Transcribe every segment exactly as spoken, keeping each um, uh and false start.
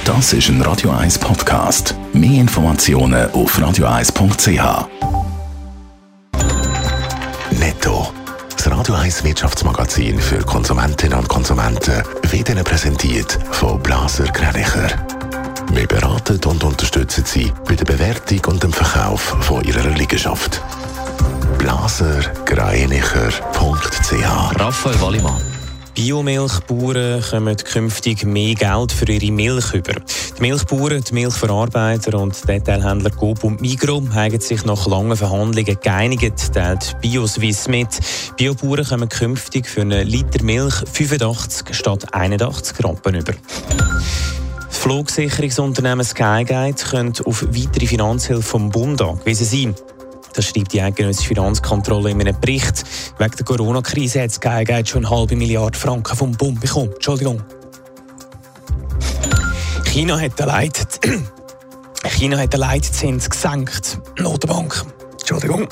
Das ist ein Radio eins Podcast. Mehr Informationen auf radio eins punkt c h. Netto, das Radio eins Wirtschaftsmagazin für Konsumentinnen und Konsumenten, wird Ihnen präsentiert von Blaser Greinicher. Wir beraten und unterstützen Sie bei der Bewertung und dem Verkauf von Ihrer Liegenschaft. blaser greinicher punkt c h. Raphael Wallimann. Biomilchbauern kommen künftig mehr Geld für ihre Milch über. Die Milchbauern, die Milchverarbeiter und Detailhändler Coop und Migros haben sich nach langen Verhandlungen geeinigt, teilt BioSwiss mit. Biobauern kommen künftig für einen Liter Milch fünfundachtzig statt einundachtzig Rappen über. Das Flugsicherungsunternehmen Skyguide könnte auf weitere Finanzhilfe vom Bund angewiesen sein. Das schreibt die eidgenössische Finanzkontrolle in einem Bericht. Wegen der Corona-Krise hat Skyguide schon eine halbe Milliarde Franken vom Bund bekommen. Entschuldigung. China hat den Leit... China hat den Leitzins gesenkt. Notenbank. Entschuldigung.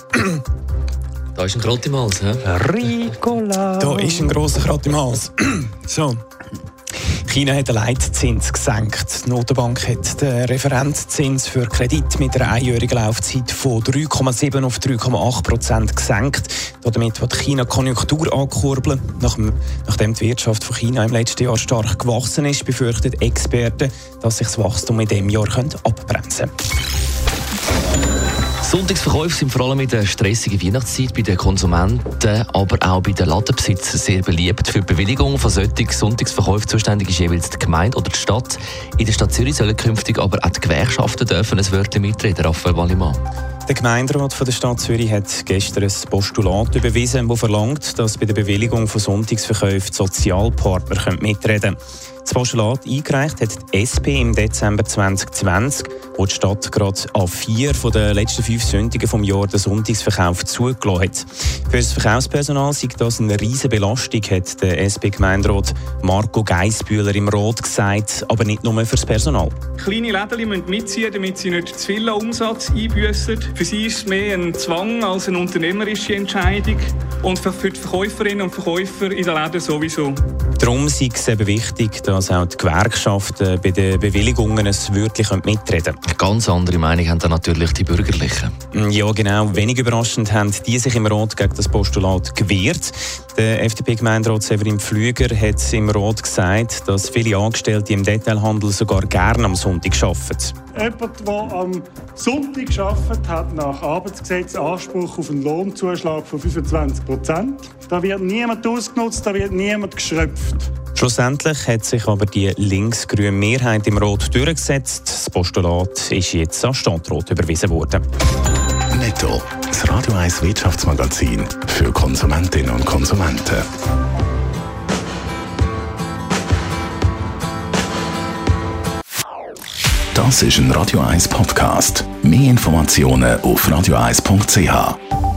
Da ist ein Krott im Hals, hä? Ricola. Da ist ein grosser Krott im Hals. So. China hat den Leitzins gesenkt. Die Notenbank hat den Referenzzins für Kredit mit einer einjährigen Laufzeit von drei Komma sieben auf drei Komma acht Prozent gesenkt. Damit wird China die Konjunktur ankurbeln. Nach, nachdem die Wirtschaft von China im letzten Jahr stark gewachsen ist, befürchten Experten, dass sich das Wachstum in diesem Jahr abbremsen könnte. Sonntagsverkäufe sind vor allem in der stressigen Weihnachtszeit bei den Konsumenten, aber auch bei den Ladenbesitzern sehr beliebt. Für die Bewilligung von solchen Sonntagsverkäufen zuständig ist jeweils die Gemeinde oder die Stadt. In der Stadt Zürich sollen künftig aber auch die Gewerkschaften dürfen ein Wörtchen mitreden. Raphael Wallimann. Der Gemeinderat von der Stadt Zürich hat gestern ein Postulat überwiesen, das verlangt, dass bei der Bewilligung von Sonntagsverkäufen die Sozialpartner mitreden können. Das Postulat eingereicht hat die S P im Dezember zwanzig zwanzig, wo die Stadt gerade an vier von den letzten fünf Sonntagen vom Jahr den Sonntagsverkauf zugelassen hat. Für das Verkaufspersonal sei das eine riesige Belastung, hat der S P-Gemeinderat Marco Geissbühler im Rot gesagt, aber nicht nur für das Personal. Kleine Läden müssen mitziehen, damit sie nicht zu viel Umsatz einbüssen. Für sie ist es mehr ein Zwang als eine unternehmerische Entscheidung. Und für die Verkäuferinnen und Verkäufer in den Läden sowieso. Darum sei es eben wichtig, dass auch die Gewerkschaften bei den Bewilligungen ein wirklich mitreden können. Eine ganz andere Meinung haben dann natürlich die Bürgerlichen. Ja, genau. Wenig überraschend haben die sich im Rat gegen das Postulat gewehrt. Der F D P-Gemeinderat Severin Pflüger hat im Rat gesagt, dass viele Angestellte im Detailhandel sogar gerne am Sonntag arbeiten. Jemand, der am Sonntag arbeitet, hat nach Arbeitsgesetz Anspruch auf einen Lohnzuschlag von fünfundzwanzig Prozent. Da wird niemand ausgenutzt, da wird niemand geschröpft. Schlussendlich hat sich aber die links-grüne Mehrheit im Rat durchgesetzt. Das Postulat ist jetzt an Stadtrat überwiesen worden. Netto, das Radio eins Wirtschaftsmagazin für Konsumentinnen und Konsumenten. Das ist ein Radio eins Podcast. Mehr Informationen auf radio eins punkt c h.